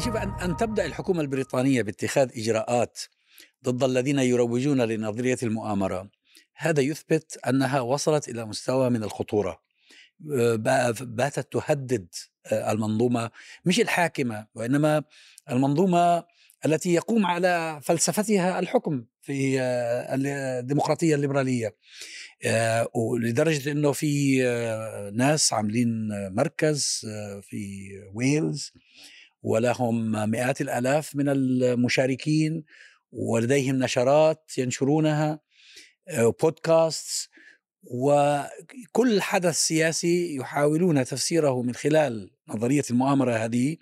شوف، أن تبدأ الحكومة البريطانية باتخاذ إجراءات ضد الذين يروجون لنظرية المؤامرة، هذا يثبت أنها وصلت إلى مستوى من الخطورة. باتت تهدد المنظومة، مش الحاكمة وإنما المنظومة التي يقوم على فلسفتها الحكم في الديمقراطية الليبرالية. ولدرجة أنه في ناس عاملين مركز في ويلز ولهم مئات الآلاف من المشاركين، ولديهم نشرات ينشرونها، بودكاست، وكل حدث سياسي يحاولون تفسيره من خلال نظرية المؤامرة هذه،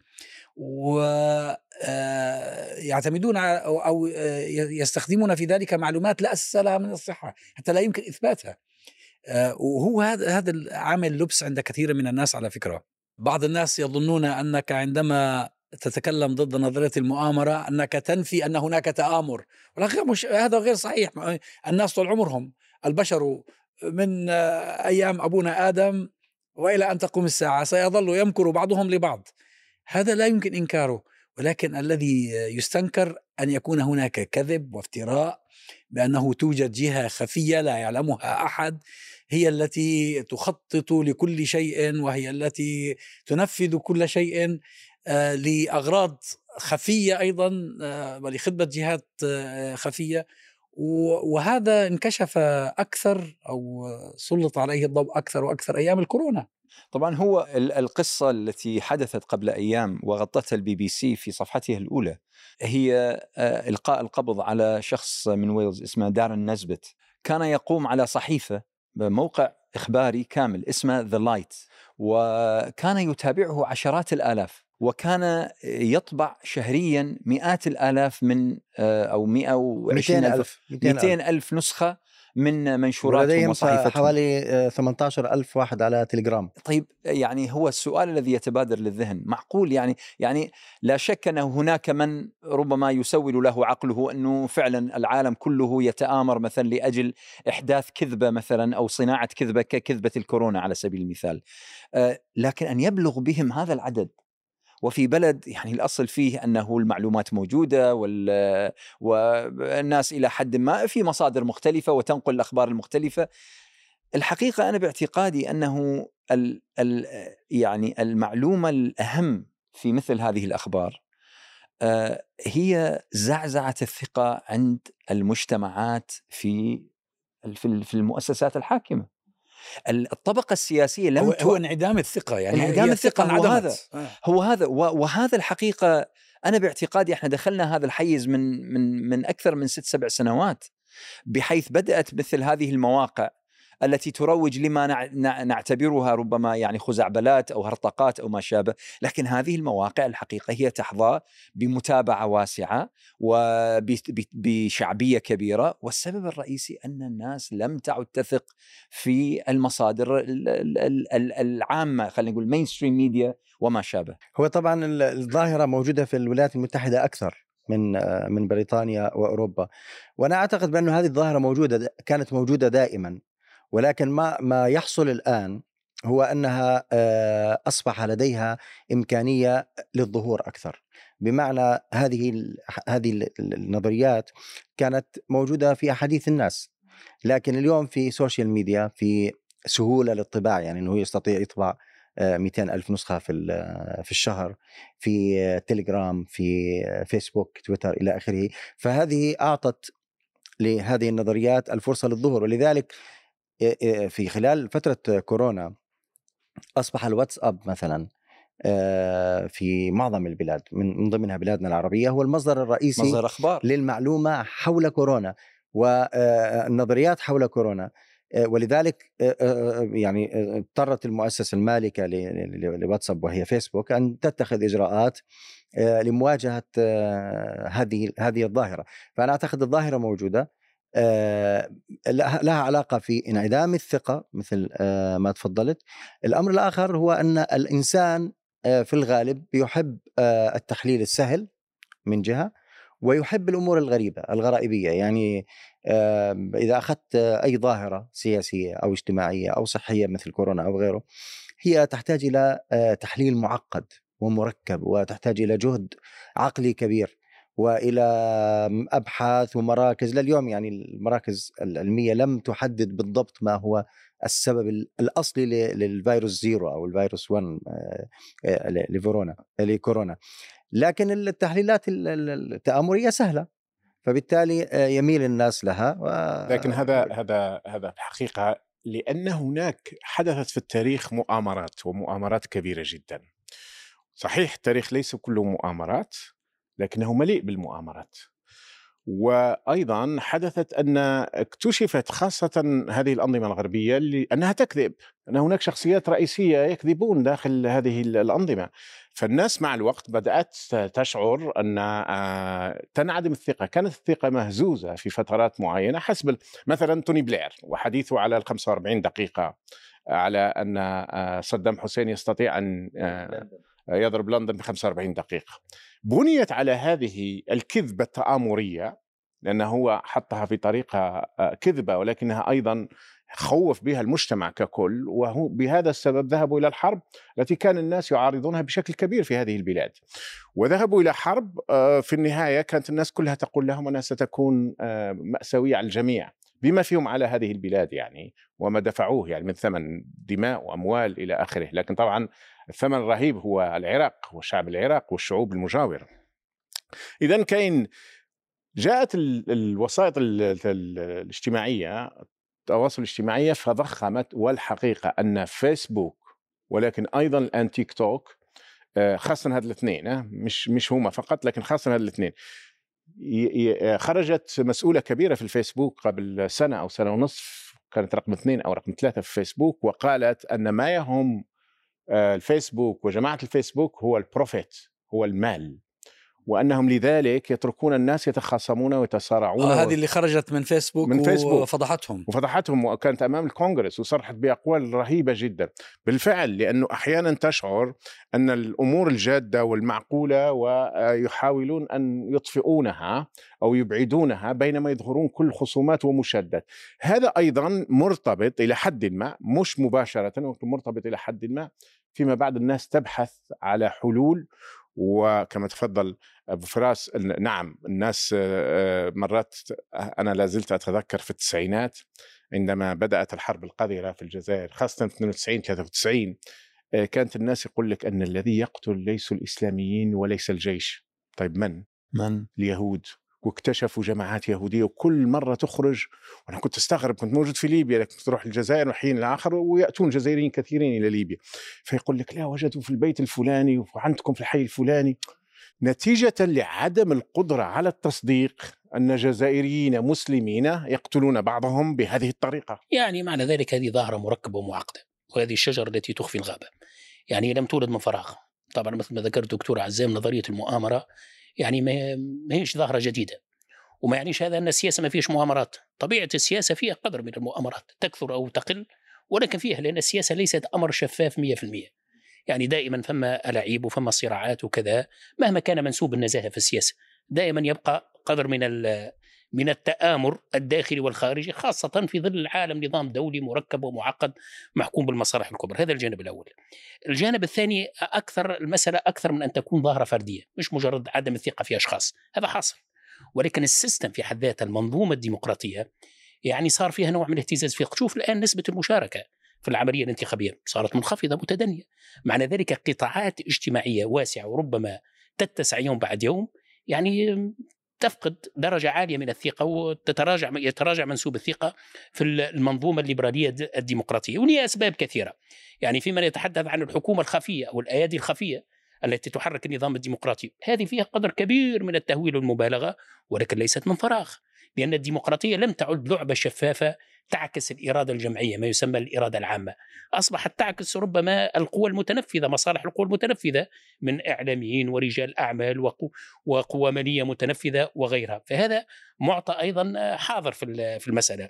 ويعتمدون أو يستخدمون في ذلك معلومات لا أساس لها من الصحة حتى لا يمكن إثباتها. وهو هذا العامل لبس عند كثير من الناس. على فكرة، بعض الناس يظنون أنك عندما تتكلم ضد نظرية المؤامرة أنك تنفي أن هناك تآمر، ولكن هذا غير صحيح. الناس طول عمرهم، البشر من أيام أبونا آدم وإلى أن تقوم الساعة سيظل يمكر بعضهم لبعض، هذا لا يمكن إنكاره. ولكن الذي يستنكر أن يكون هناك كذب وافتراء، بأنه توجد جهة خفية لا يعلمها أحد هي التي تخطط لكل شيء، وهي التي تنفذ كل شيء لأغراض خفية أيضا، ولخدمة جهات خفية. وهذا انكشف أكثر أو سلط عليه الضوء أكثر وأكثر أيام الكورونا. طبعا هو القصة التي حدثت قبل أيام وغطتها الBBC في صفحته الأولى هي إلقاء القبض على شخص من ويلز اسمه دارن نزبت، كان يقوم على صحيفة بموقع إخباري كامل اسمه The Light، وكان يتابعه عشرات الآلاف، وكان يطبع شهريا مئات الآلاف من أو 200 ألف نسخة من منشوراتهم وصحيفتهم. حوالي 18,000 واحد على تليجرام. طيب، يعني هو السؤال الذي يتبادر للذهن، معقول يعني لا شك أن هناك من ربما يسول له عقله أنه فعلا العالم كله يتآمر مثلا لأجل إحداث كذبة مثلا أو صناعة كذبة ككذبة الكورونا على سبيل المثال، لكن أن يبلغ بهم هذا العدد وفي بلد يعني الأصل فيه أنه المعلومات موجودة والناس إلى حد ما في مصادر مختلفة وتنقل الأخبار المختلفة. الحقيقة أنا باعتقادي أنه يعني المعلومة الأهم في مثل هذه الأخبار هي زعزعة الثقة عند المجتمعات في المؤسسات الحاكمة. الطبقة السياسية هو انعدام الثقة، يعني انعدام الثقة هو هذا وهذا الحقيقة أنا باعتقادي احنا دخلنا هذا الحيز من أكثر من 6-7 سنوات، بحيث بدأت مثل هذه المواقع التي تروج لما نعتبرها ربما يعني خزعبلات أو هرطقات أو ما شابه، لكن هذه المواقع الحقيقة هي تحظى بمتابعة واسعة وبشعبية كبيرة، والسبب الرئيسي أن الناس لم تعد تثق في المصادر العامة، خلينا نقول مينستريم ميديا وما شابه. هو طبعا الظاهرة موجودة في الولايات المتحدة أكثر من بريطانيا وأوروبا، وأنا أعتقد بأن هذه الظاهرة كانت موجودة دائما، ولكن ما يحصل الآن هو أنها أصبح لديها إمكانية للظهور أكثر. بمعنى هذه النظريات كانت موجودة في أحاديث الناس، لكن اليوم في سوشيال ميديا في سهولة للطباعة، يعني أنه يستطيع يطبع 200,000 نسخة في الشهر، في تليجرام، في فيسبوك، تويتر إلى آخره. فهذه أعطت لهذه النظريات الفرصة للظهور، ولذلك في خلال فترة كورونا أصبح الواتساب مثلا في معظم البلاد من ضمنها بلادنا العربية هو المصدر الرئيسي، مصدر أخبار للمعلومة حول كورونا والنظريات حول كورونا. ولذلك يعني اضطرت المؤسسة المالكة لواتساب وهي فيسبوك أن تتخذ إجراءات لمواجهة هذه الظاهرة. فأنا أعتقد الظاهرة موجودة، لها علاقة في انعدام الثقة مثل ما تفضلت. الأمر الآخر هو أن الإنسان في الغالب يحب التحليل السهل من جهة، ويحب الأمور الغريبة الغرائبية. يعني إذا أخذت أي ظاهرة سياسية أو اجتماعية أو صحية مثل كورونا أو غيره، هي تحتاج إلى تحليل معقد ومركب، وتحتاج إلى جهد عقلي كبير وإلى أبحاث ومراكز. لليوم يعني المراكز العلمية لم تحدد بالضبط ما هو السبب الأصلي للفيروس زيرو أو الفيروس 1 لكورونا، لكن التحليلات التآمرية سهلة، فبالتالي يميل الناس لها. لكن هذا الحقيقة لأن هناك حدثت في التاريخ مؤامرات ومؤامرات كبيرة جدا. صحيح التاريخ ليس كله مؤامرات، لكنه مليء بالمؤامرات. وأيضا حدثت أن اكتشفت خاصة هذه الأنظمة الغربية أنها تكذب، أن هناك شخصيات رئيسية يكذبون داخل هذه الأنظمة. فالناس مع الوقت بدأت تشعر أن تنعدم الثقة. كانت الثقة مهزوزة في فترات معينة، حسب مثلا توني بلير وحديثه على 45 دقيقة على أن صدام حسين يستطيع أن يضرب لندن ب 45 دقيقة. بنيت على هذه الكذبة التآمرية، لأنه هو حطها في طريقة كذبة ولكنها أيضا خوف بها المجتمع ككل، وهو بهذا السبب ذهبوا إلى الحرب التي كان الناس يعارضونها بشكل كبير في هذه البلاد. وذهبوا إلى حرب في النهاية كانت الناس كلها تقول لهم أنها ستكون مأساوية على الجميع بما فيهم على هذه البلاد يعني، وما دفعوه يعني من ثمن دماء وأموال إلى آخره. لكن طبعا الثمن الرهيب هو العراق والشعب العراق والشعوب المجاورة. إذن جاءت الوسائط الاجتماعية، التواصل الاجتماعي فضخمت. والحقيقة أن فيسبوك ولكن أيضا الآن تيك توك، خاصة هذه الاثنين، مش هما فقط لكن خاصة هذه الاثنين. خرجت مسؤولة كبيرة في الفيسبوك قبل سنة أو سنة ونصف، كانت رقم 2 أو رقم 3 في الفيسبوك، وقالت أن ما يهم الفيسبوك وجماعة الفيسبوك هو البروفيت، هو المال، وأنهم لذلك يتركون الناس يتخاصمون ويتصارعون. هذه اللي خرجت من فيسبوك وفضحتهم وكانت أمام الكونغرس وصرحت بأقوال رهيبة جدا بالفعل، لأنه أحيانا تشعر أن الأمور الجادة والمعقولة ويحاولون أن يطفئونها أو يبعدونها بينما يظهرون كل خصومات ومشادات. هذا أيضا مرتبط إلى حد ما، مش مباشرة ولكن مرتبط إلى حد ما فيما بعد الناس تبحث على حلول. وكما تفضل أبو فراس، نعم الناس مرات، أنا لازلت أتذكر في التسعينات عندما بدأت الحرب القذرة في الجزائر خاصة في 92-93، كانت الناس يقول لك أن الذي يقتل ليسوا الإسلاميين وليس الجيش. طيب من؟ اليهود. واكتشفوا جماعات يهودية وكل مرة تخرج، وأنا كنت أستغرب، كنت موجود في ليبيا لكن كنت أروح الجزائر وحين الآخر ويأتون جزائريين كثيرين إلى ليبيا، فيقول لك لا وجدوا في البيت الفلاني وعندكم في الحي الفلاني، نتيجة لعدم القدرة على التصديق أن جزائريين مسلمين يقتلون بعضهم بهذه الطريقة. يعني معنى ذلك هذه ظاهرة مركبة ومعقدة، وهذه الشجرة التي تخفي الغابة يعني لم تولد من فراغ. طبعا مثل ما ذكر الدكتور عزام نظرية المؤامرة يعني ما هيش ظاهرة جديدة، وما يعنيش هذا أن السياسة ما فيش مؤامرات. طبيعة السياسة فيها قدر من المؤامرات تكثر أو تقل، ولكن فيها، لأن السياسة ليست أمر شفاف 100%. يعني دائما فما ألاعيب وفما صراعات وكذا، مهما كان منسوب النزاهة في السياسة دائما يبقى قدر من التآمر الداخلي والخارجي، خاصة في ظل العالم نظام دولي مركب ومعقد محكوم بالمصالح الكبرى. هذا الجانب الأول. الجانب الثاني، المسألة أكثر من أن تكون ظاهرة فردية، مش مجرد عدم الثقة في أشخاص، هذا حاصل، ولكن السيستم في حد ذاتها، المنظومة الديمقراطية يعني صار فيها نوع من الاهتزاز. شوف الآن نسبة المشاركة في العملية الانتخابية صارت منخفضة متدنية، معنى ذلك قطاعات اجتماعية واسعة وربما تتسع يوم بعد يوم يعني تفقد درجة عالية من الثقة يتراجع منسوب الثقة في المنظومة الليبرالية الديمقراطية، ولها أسباب كثيرة. يعني فيما يتحدث عن الحكومة الخفية أو الأيادي الخفية التي تحرك النظام الديمقراطي، هذه فيها قدر كبير من التهويل والمبالغة، ولكن ليست من فراغ، لأن الديمقراطية لم تعد لعبة شفافة تعكس الإرادة الجمعية، ما يسمى الإرادة العامة. أصبحت تعكس ربما القوى المتنفذة، مصالح القوى المتنفذة من إعلاميين ورجال أعمال وقوى مالية متنفذة وغيرها. فهذا معطى أيضا حاضر في المسألة.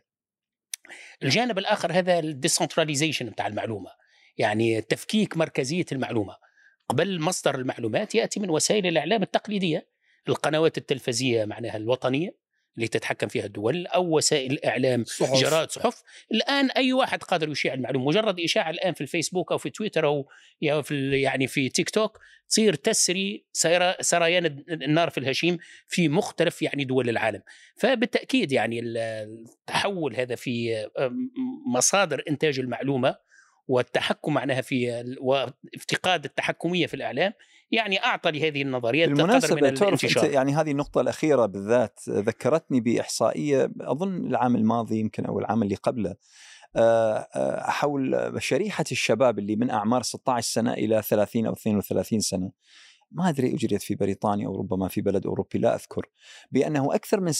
الجانب الآخر هذا الديسنتراليزيشن بتاع المعلومة، يعني تفكيك مركزية المعلومة. قبل مصدر المعلومات يأتي من وسائل الإعلام التقليدية، القنوات التلفزية معناها الوطنية، اللي تتحكم فيها الدول أو وسائل الإعلام، جرائد، صحف. الآن أي واحد قادر يشيع المعلومة، مجرد إشاعة الآن في الفيسبوك أو في تويتر أو يعني في تيك توك تصير تسري سريان النار في الهشيم في مختلف يعني دول العالم. فبالتأكيد يعني التحول هذا في مصادر إنتاج المعلومة والتحكم معناها في وافتقاد التحكمية في الإعلام يعني أعطى لهذه النظرية قدر من الانتشار. يعني هذه النقطة الأخيرة بالذات ذكرتني بإحصائية أظن العام الماضي يمكن أو العام اللي قبله حول شريحة الشباب اللي من أعمار 16 سنة إلى 30 أو 32 سنة. ما أدري أجريت في بريطانيا أو ربما في بلد أوروبي لا أذكر، بأنه أكثر من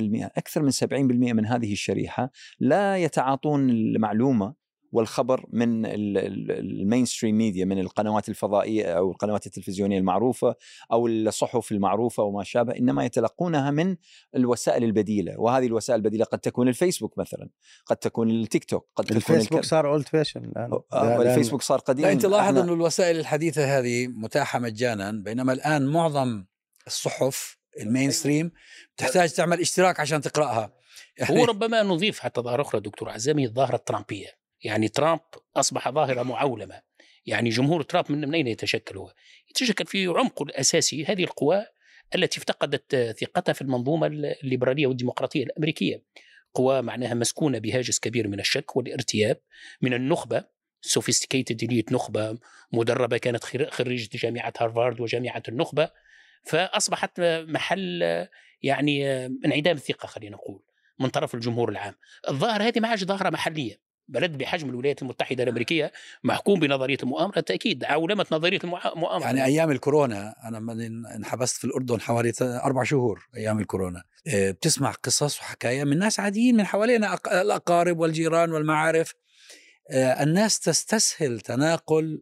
70% من هذه الشريحة لا يتعاطون المعلومة والخبر من المينستريم ميديا، من القنوات الفضائية أو القنوات التلفزيونية المعروفة أو الصحف المعروفة وما شابه، إنما يتلقونها من الوسائل البديلة. وهذه الوسائل البديلة قد تكون الفيسبوك مثلا، قد تكون التيك توك، قد تكون الفيسبوك صار اولد فاشن الآن. الفيسبوك صار قديم. لا أنت لاحظ أن الوسائل الحديثة هذه متاحة مجانا، بينما الآن معظم الصحف المينستريم تحتاج تعمل اشتراك عشان تقرأها. هو ربما نضيف حتى ظاهرة أخرى دكتور عزامي، الظاهرة الترامبية. يعني ترامب أصبح ظاهرة معولمة. يعني جمهور ترامب من أين يتشكل؟ هو يتشكل في عمقه الأساسي هذه القوى التي افتقدت ثقتها في المنظومة الليبرالية والديمقراطية الأمريكية، قوى معناها مسكونة بهاجس كبير من الشك والارتياب من النخبة، sophisticated elite، نخبة مدربة كانت خريجة جامعة هارفارد وجامعة النخبة، فأصبحت محل يعني انعدام الثقة خلينا نقول من طرف الجمهور العام. الظاهرة هذه ما عادش ظاهرة محلية. بلد بحجم الولايات المتحدة الأمريكية محكوم بنظرية المؤامرة، تأكيد عولمت نظرية المؤامرة. يعني أيام الكورونا أنا انحبست في الأردن حوالي 4 شهور أيام الكورونا، بتسمع قصص وحكاية من ناس عاديين من حوالينا، الأقارب والجيران والمعارف. الناس تستسهل تناقل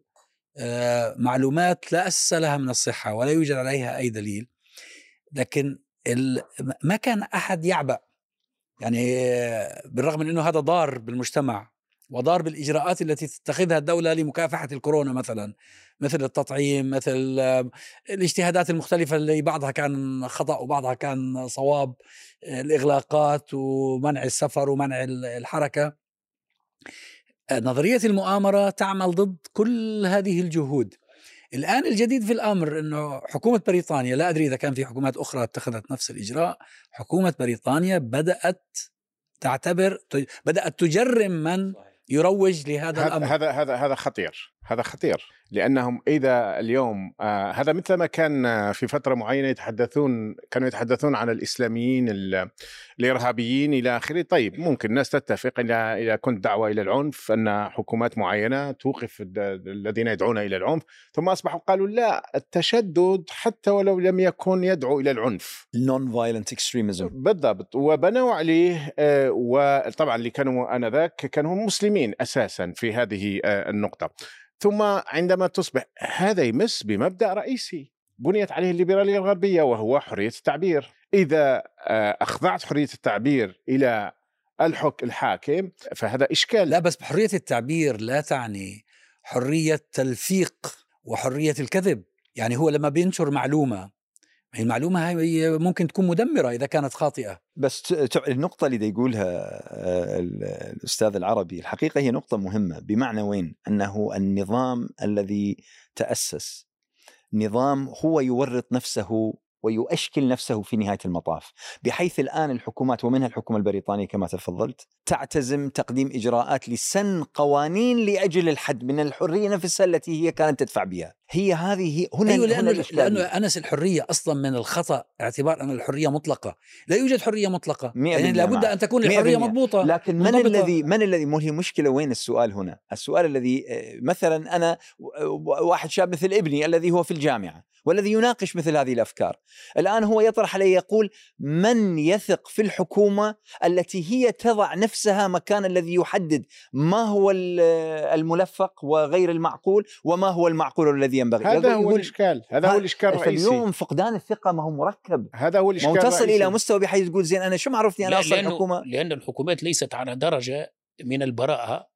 معلومات لا أساس لها من الصحة ولا يوجد عليها أي دليل، لكن ما كان أحد يعبأ، يعني بالرغم من أنه هذا ضار بالمجتمع وضار بالإجراءات التي تتخذها الدولة لمكافحة الكورونا، مثل التطعيم، مثل الاجتهادات المختلفة اللي بعضها كان خطأ وبعضها كان صواب، الإغلاقات ومنع السفر ومنع الحركة. نظرية المؤامرة تعمل ضد كل هذه الجهود. الآن الجديد في الأمر أنه حكومة بريطانيا، لا أدري إذا كان في حكومات أخرى اتخذت نفس الإجراء، حكومة بريطانيا بدأت تجرم من يروج لهذا الأمر. هذا خطير لأنهم إذا اليوم هذا مثل ما كان في فترة معينة كانوا يتحدثون عن الإسلاميين الإرهابيين إلى آخره. طيب ممكن الناس تتفق إذا كنت دعوة إلى العنف أن حكومات معينة توقف الذين يدعون إلى العنف، ثم أصبحوا قالوا لا، التشدد حتى ولو لم يكن يدعو إلى العنف، non-violent extremism بالضبط، وبنوا عليه. وطبعا اللي كانوا آنذاك كانوا مسلمين أساسا في هذه النقطة. ثم عندما تصبح هذا يمس بمبدأ رئيسي بنيت عليه الليبرالية الغربية وهو حرية التعبير. إذا أخضعت حرية التعبير إلى الحاكم فهذا إشكال. لا بس بحرية التعبير لا تعني حرية تلفيق وحرية الكذب. يعني هو لما بينشر معلومة، المعلومة هي ممكن تكون مدمرة إذا كانت خاطئة. بس النقطة اللي يقولها الأستاذ العربي الحقيقة هي نقطة مهمة، بمعنى وين؟ أنه النظام الذي تأسس نظام هو يورط نفسه ويؤشكل نفسه في نهاية المطاف، بحيث الآن الحكومات ومنها الحكومة البريطانية كما تفضلت تعتزم تقديم إجراءات لسن قوانين لأجل الحد من الحرية نفسها التي هي كانت تدفع بها. هي هذه هنا. أيوة، لأنه أنس الحرية أصلا من الخطأ اعتبار أن الحرية مطلقة. لا يوجد حرية مطلقة، يعني لابد أن تكون الحرية مضبوطة. لكن من الذي هي مشكلة وين السؤال هنا؟ السؤال الذي مثلا أنا واحد شاب مثل ابني الذي هو في الجامعة والذي يناقش مثل هذه الأفكار، الآن هو يطرح عليه يقول من يثق في الحكومة التي هي تضع نفسها مكان الذي يحدد ما هو الملفق وغير المعقول وما هو المعقول الذي ينبغي. هذا هو الإشكال الرئيسي. اليوم فقدان الثقة ما هو مركب، هذا هو الإشكال تصل إلى مستوى بحيث تقول زين أنا شو معرفني أنا أصلا الحكومة. لأن الحكومات ليست على درجة من البراءة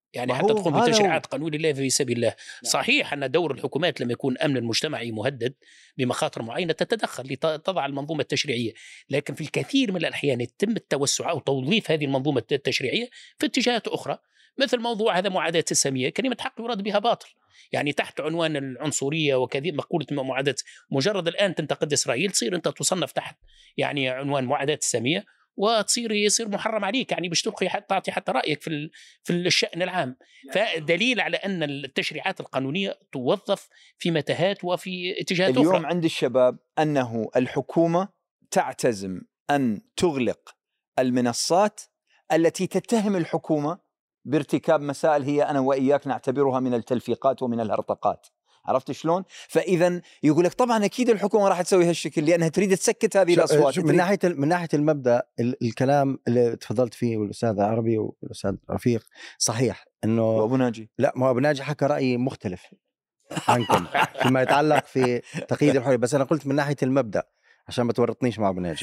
يعني حتى تقوم بتشريعات قانون الله في سبيل الله. صحيح أن دور الحكومات لما يكون أمن المجتمعي مهدد بمخاطر معينة تتدخل لتضع المنظومة التشريعية، لكن في الكثير من الأحيان يتم التوسع أو توظيف هذه المنظومة التشريعية في اتجاهات أخرى، مثل موضوع هذا معاداة السامية، كلمة حق يراد بها باطل، يعني تحت عنوان العنصرية وكذا مقولة معاداة، مجرد الآن تنتقد إسرائيل تصير أنت تصنف تحت يعني عنوان معاداة السامية يصير محرم عليك، يعني باش تلقي تعطي حتى رأيك في الشأن العام. فدليل على أن التشريعات القانونية توظف في متاهات وفي اتجاهات اليوم أخرى. اليوم عند الشباب أنه الحكومة تعتزم أن تغلق المنصات التي تتهم الحكومة بارتكاب مسائل هي أنا وإياك نعتبرها من التلفيقات ومن الهرطقات. عرفت شلون؟ فإذا يقول لك طبعا أكيد الحكومة راح تسوي هالشكل لأنها تريد تسكت هذه الأصوات. من ناحية المبدأ الكلام اللي تفضلت فيه والأستاذ عربي والأستاذ رفيق صحيح إنه وأبو ناجي، لا ما أبو ناجي حكى رأي مختلف عنكم فيما يتعلق في تقييد الحرية، بس أنا قلت من ناحية المبدأ عشان ما تورطنيش مع أبو ناجي.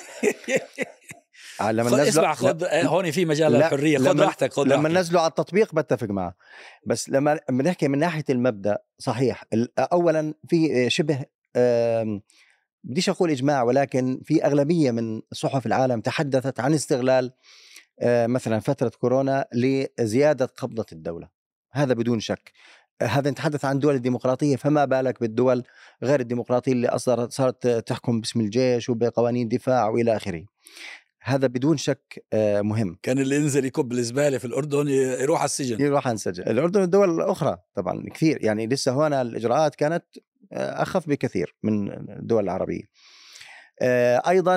اسمع خذ هون في مجال الحرية، خذ راحتك. لما نزلوا على التطبيق بتفق معه، بس لما بنحكي من ناحية المبدأ صحيح. أولا في شبه بديش أقول إجماع، ولكن في أغلبية من صحف العالم تحدثت عن استغلال مثلا فترة كورونا لزيادة قبضة الدولة، هذا بدون شك. هذا نتحدث عن دول الديمقراطية، فما بالك بالدول غير الديمقراطية اللي صارت تحكم باسم الجيش وبقوانين دفاع وإلى آخره. هذا بدون شك مهم. كان اللي ينزل يكب الزبالة في الأردن يروح على السجن، يروح على السجن. الأردن والدول الأخرى طبعا كثير، يعني لسه هنا الإجراءات كانت أخف بكثير من الدول العربية. أيضا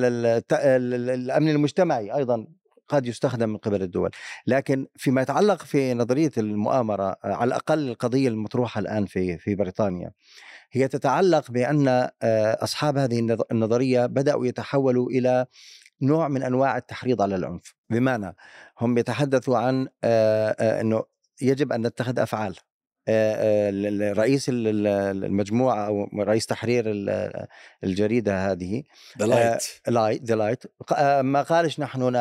الأمن المجتمعي أيضا قد يستخدم من قبل الدول، لكن فيما يتعلق في نظرية المؤامرة، على الأقل القضية المطروحة الآن في بريطانيا هي تتعلق بأن أصحاب هذه النظرية بدأوا يتحولوا إلى نوع من أنواع التحريض على العنف، بمعنى هم يتحدثوا عن أنه يجب أن نتخذ أفعال. رئيس المجموعة أو رئيس تحرير الجريدة هذه The Light ما قالش نحن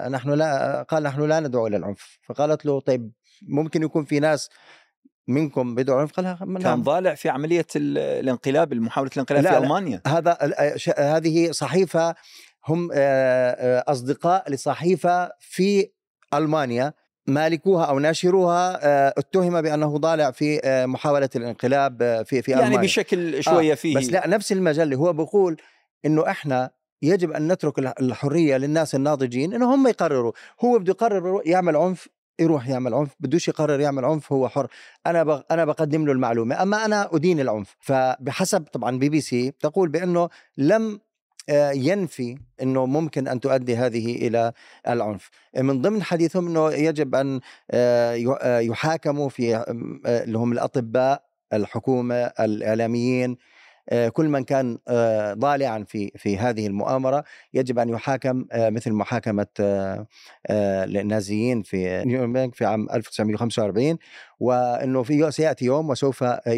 لا ندعو إلى العنف، فقالت له طيب ممكن يكون في ناس منكم بدعوا عنف؟ قالها كان ضالع في عملية الانقلاب، محاولة الانقلاب في ألمانيا. هذه صحيفة، هم أصدقاء لصحيفة في ألمانيا مالكوها أو ناشروها اتهم بأنه ضالع في محاولة الانقلاب في يعني ألمانيا بشكل شوية فيه. بس لا، نفس المجلة هو بيقول إنه إحنا يجب أن نترك الحرية للناس الناضجين إنه هم يقرروا. هو بده يقرر يعمل عنف يروح يعمل عنف، بدوش يقرر يعمل عنف هو حر. أنا بقدم له المعلومة، أما أنا أدين العنف. فبحسب طبعا BBC تقول بأنه لم ينفي أنه ممكن أن تؤدي هذه إلى العنف. من ضمن حديثهم أنه يجب أن يحاكموا في اللي هم الأطباء، الحكومة، الإعلاميين، كل من كان ضالعا في هذه المؤامرة يجب أن يحاكم مثل محاكمة النازيين في نيورنبرغ في عام 1945، وأنه سيأتي يوم وسوف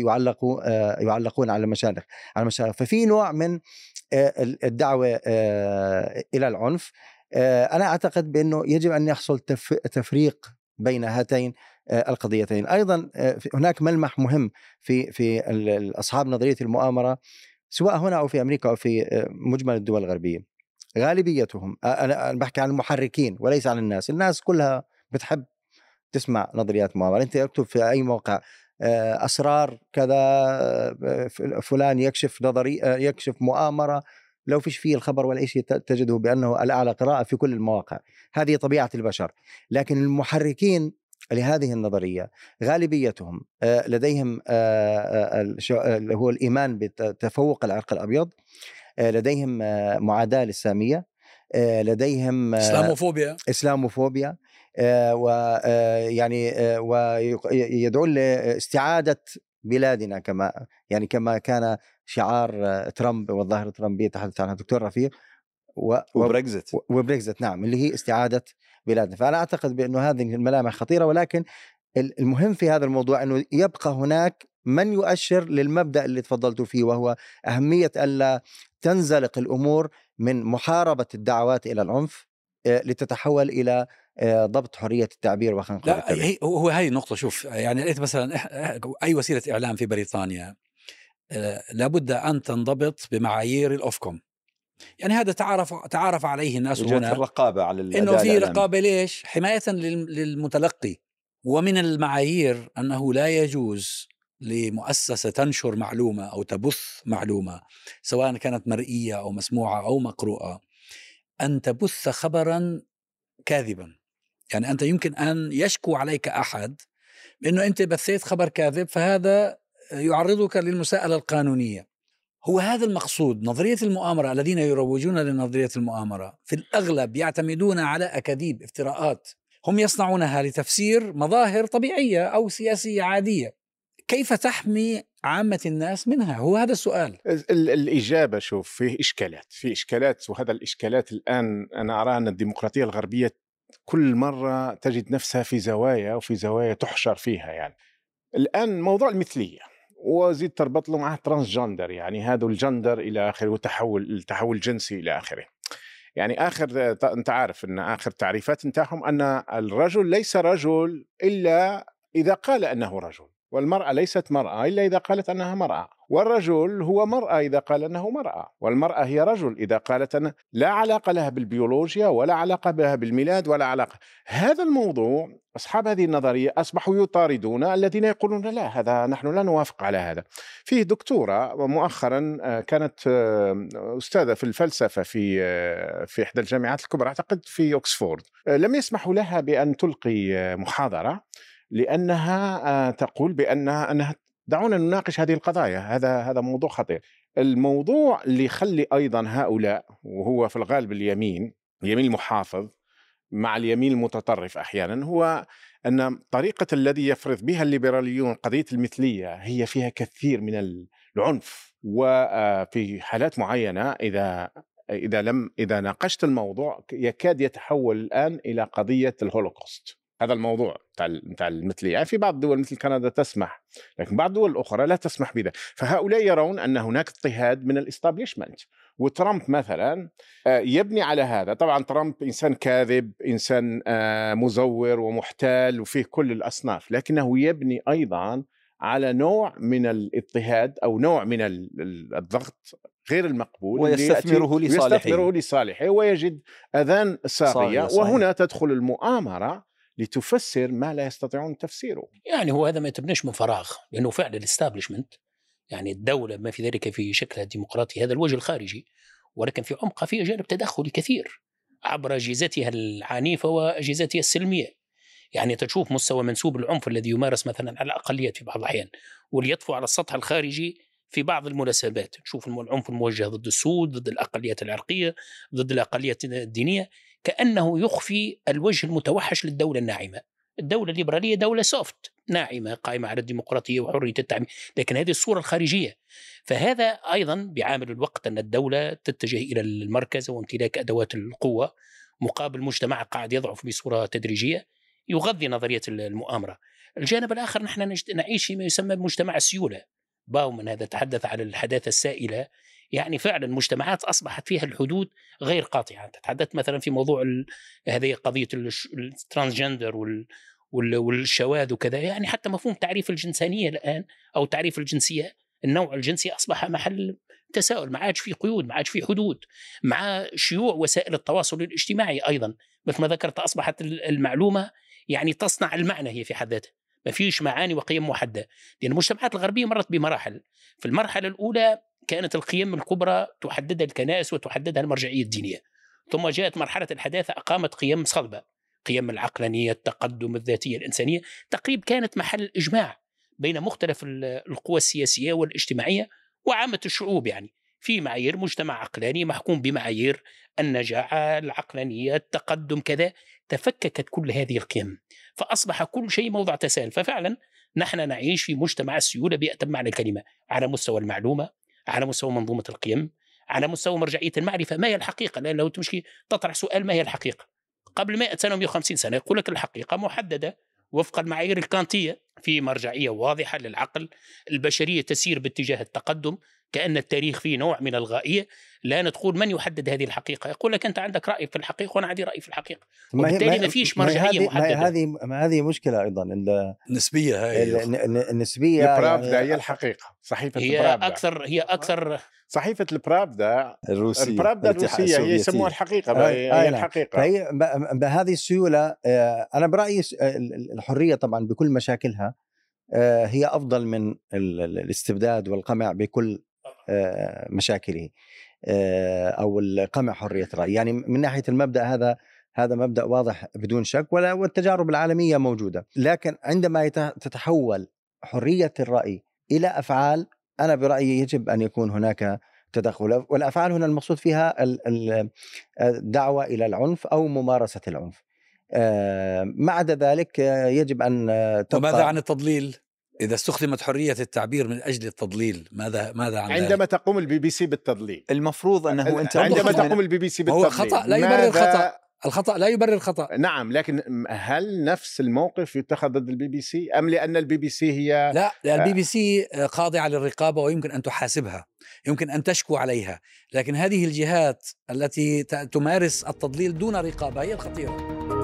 يعلقون على المشارق. ففي نوع من الدعوة إلى العنف. أنا أعتقد بأنه يجب أن يحصل تفريق بين هاتين القضيتين. أيضا هناك ملمح مهم في أصحاب نظرية المؤامرة سواء هنا أو في أمريكا أو في مجمل الدول الغربية، غالبيتهم، أنا بحكي عن المحركين وليس عن الناس كلها بتحب تسمع نظريات مؤامرة. أنت اكتب في أي موقع أسرار كذا، فلان يكشف يكشف مؤامرة، لو فيش فيه الخبر ولا شيء تجده بأنه الأعلى قراءة في كل المواقع. هذه طبيعة البشر. لكن المحركين لهذه النظرية غالبيتهم لديهم اللي هو الإيمان بتفوق العرق الأبيض، لديهم معاداة للسامية، لديهم إسلاموفوبيا، ويعني ويدعون لاستعادة بلادنا كما كان شعار ترامب والظاهرة الترامبية تحدث عنها الدكتور رفيق، وبريكزت نعم، اللي هي استعادة بلادنا. فأنا أعتقد بأنه هذه الملامح خطيرة، ولكن المهم في هذا الموضوع أنه يبقى هناك من يؤشر للمبدأ اللي تفضلتوا فيه، وهو أهمية ألا تنزلق الأمور من محاربة الدعوات إلى العنف لتتحول إلى ضبط حرية التعبير وخنق لا التعبير. هو هاي النقطة. شوف يعني لقيت مثلا أي وسيلة إعلام في بريطانيا لابد أن تنضبط بمعايير الأوفكوم. يعني هذا تعارف عليه الناس هنا، الرقابة على إنه في رقابة. ليش؟ حماية للمتلقي. ومن المعايير أنه لا يجوز لمؤسسة تنشر معلومة أو تبث معلومة سواء كانت مرئية أو مسموعة أو مقروءة أن تبث خبرا كاذبا. يعني أنت يمكن أن يشكو عليك أحد بأنه أنت بثيت خبر كاذب، فهذا يعرضك للمساءلة القانونية. هو هذا المقصود. نظرية المؤامرة، الذين يروجون لنظرية المؤامرة في الأغلب يعتمدون على أكاذيب، افتراءات هم يصنعونها لتفسير مظاهر طبيعية أو سياسية عادية. كيف تحمي عامة الناس منها؟ هو هذا السؤال. الإجابة شوف، فيه إشكالات، وهذا الإشكالات الآن أنا أرى أن الديمقراطية الغربية كل مرة تجد نفسها في زوايا تحشر فيها. يعني الآن موضوع المثلية، وزيد تربط له معه ترانسجندر، يعني هذا الجندر إلى آخره، التحول الجنسي إلى آخره. يعني أنت عارف أن آخر تعريفات انتاهم أن الرجل ليس رجل إلا إذا قال أنه رجل، والمرأة ليست مرأة إلا إذا قالت أنها مرأة، والرجل هو مرأة إذا قال أنه مرأة، والمرأة هي رجل إذا قالت أنها لا علاقة لها بالبيولوجيا ولا علاقة بها بالميلاد ولا علاقة. هذا الموضوع أصحاب هذه النظرية أصبحوا يطاردون الذين يقولون لا، هذا نحن لا نوافق على هذا. فيه دكتورة مؤخرا كانت أستاذة في الفلسفة في إحدى الجامعات الكبرى، أعتقد في أوكسفورد، لم يسمحوا لها بأن تلقي محاضرة لأنها تقول بأنها دعونا نناقش هذه القضايا، هذا موضوع خطير. الموضوع اللي يخلي أيضا هؤلاء، وهو في الغالب اليمين المحافظ مع اليمين المتطرف أحيانا، هو أن طريقة الذي يفرض بها الليبراليون قضية المثلية هي فيها كثير من العنف، وفي حالات معينة إذا ناقشت الموضوع يكاد يتحول الآن إلى قضية الهولوكوست. هذا الموضوع بتاع المثلية. يعني في بعض الدول مثل كندا تسمح، لكن بعض الدول الأخرى لا تسمح بذا. فهؤلاء يرون أن هناك اضطهاد من الإستابليشمنت، وترامب مثلا يبني على هذا. طبعا ترامب إنسان كاذب، إنسان مزور ومحتال وفيه كل الأصناف، لكنه يبني أيضا على نوع من الاضطهاد أو نوع من الضغط غير المقبول، ويستثمره لصالحه ويجد أذان صاغية. وهنا تدخل المؤامرة لتفسر ما لا يستطيعون تفسيره. يعني هو هذا ما يتبنيش من فراغ، لأنه فعل الاستابليشمنت، يعني الدولة ما في ذلك في شكلها الديمقراطي، هذا الوجه الخارجي، ولكن في عمقها في جانب تدخلي كثير عبر أجهزتها العنيفة وأجهزتها السلمية. يعني تشوف مستوى منسوب العنف الذي يمارس مثلا على الأقليات في بعض الأحيان، وليطفو على السطح الخارجي في بعض المناسبات. تشوف العنف الموجه ضد السود، ضد الأقليات العرقية، ضد الأقليات الدينية، كأنه يخفي الوجه المتوحش للدولة الناعمة. الدولة الليبرالية دولة سوفت ناعمة قائمة على الديمقراطية وحرية التعبير، لكن هذه الصورة الخارجية. فهذا أيضا بعامل الوقت أن الدولة تتجه إلى المركز وامتلاك أدوات القوة مقابل مجتمع قاعد يضعف بصورة تدريجية يغذي نظرية المؤامرة. الجانب الآخر نحن نعيش فيما يسمى بمجتمع السيولة. باومن هذا تحدث على الحداثة السائلة، يعني فعلا مجتمعات أصبحت فيها الحدود غير قاطعة. تحدثت مثلا في موضوع هذه قضية الترانسجندر والشواذ وكذا، يعني حتى مفهوم تعريف الجنسانية الآن أو تعريف الجنسية، النوع الجنسي أصبح محل تساؤل، ما عادش في قيود، ما عادش في حدود، مع شيوع وسائل التواصل الاجتماعي أيضا مثل ما ذكرت أصبحت المعلومة يعني تصنع المعنى هي في حد ذاتها، ما فيش معاني وقيم محددة. لأن المجتمعات الغربية مرت بمراحل. في المرحلة الأولى كانت القيم الكبرى تحددها الكنائس وتحددها المرجعية الدينية، ثم جاءت مرحلة الحداثة أقامت قيم صلبة، قيم العقلانية، التقدم، الذاتية، الإنسانية، تقريبا كانت محل الإجماع بين مختلف القوى السياسية والاجتماعية وعامة الشعوب. يعني في معايير مجتمع عقلاني محكوم بمعايير النجاعة، العقلانية، التقدم، كذا. تفككت كل هذه القيم فأصبح كل شيء موضع تساؤل. ففعلا نحن نعيش في مجتمع السيولة بأتم معنى الكلمة، على مستوى المعلومة، على مستوى منظومة القيم، على مستوى مرجعية المعرفة. ما هي الحقيقة؟ لأن لو تمشي تطرح سؤال ما هي الحقيقة قبل 100 سنة و150 سنة يقول لك الحقيقة محددة وفق المعايير الكانتية. في مرجعية واضحة للعقل، البشرية تسير باتجاه التقدم، كأن التاريخ فيه نوع من الغائية. لا نقول من يحدد هذه الحقيقة، يقول لك أنت عندك رأي في الحقيقة وأنا عندي رأي في الحقيقة، وبالتالي ما فيش مرجعية محددة. هذه مشكلة أيضا، النسبية هاي النسبية. البرافدا يعني هي الحقيقة، صحيفة هي البرافدا هي أكثر صحيفة البرافدا الروسية، البرافدا الروسية هي يسموها الحقيقة، هي الحقيقة. فهي بهذه السيولة أنا برأيي الحرية طبعا بكل مشاكلها هي أفضل من الاستبداد والقمع بكل مشاكله، أو القمع حرية الرأي. يعني من ناحية المبدأ هذا مبدأ واضح بدون شك، والتجارب العالمية موجودة. لكن عندما تتحول حرية الرأي إلى أفعال، أنا برأيي يجب أن يكون هناك تدخل، والأفعال هنا المقصود فيها الدعوة إلى العنف أو ممارسة العنف. ما عدا ذلك يجب أن تبقى. وماذا عن التضليل؟ إذا استخدمت حرية التعبير من أجل التضليل، ماذا عن عندما ذلك؟ تقوم البي بي سي بالتضليل، المفروض أنه أنت عندما تقوم البي بي سي هو بالتضليل خطأ لا يبرر الخطأ لا يبرر الخطأ. نعم، لكن هل نفس الموقف يتخذ ضد البي بي سي، أم لأن البي بي سي هي لا، البي بي سي خاضعة للرقابة ويمكن أن تحاسبها، يمكن أن تشكو عليها، لكن هذه الجهات التي تمارس التضليل دون رقابة هي الخطيرة.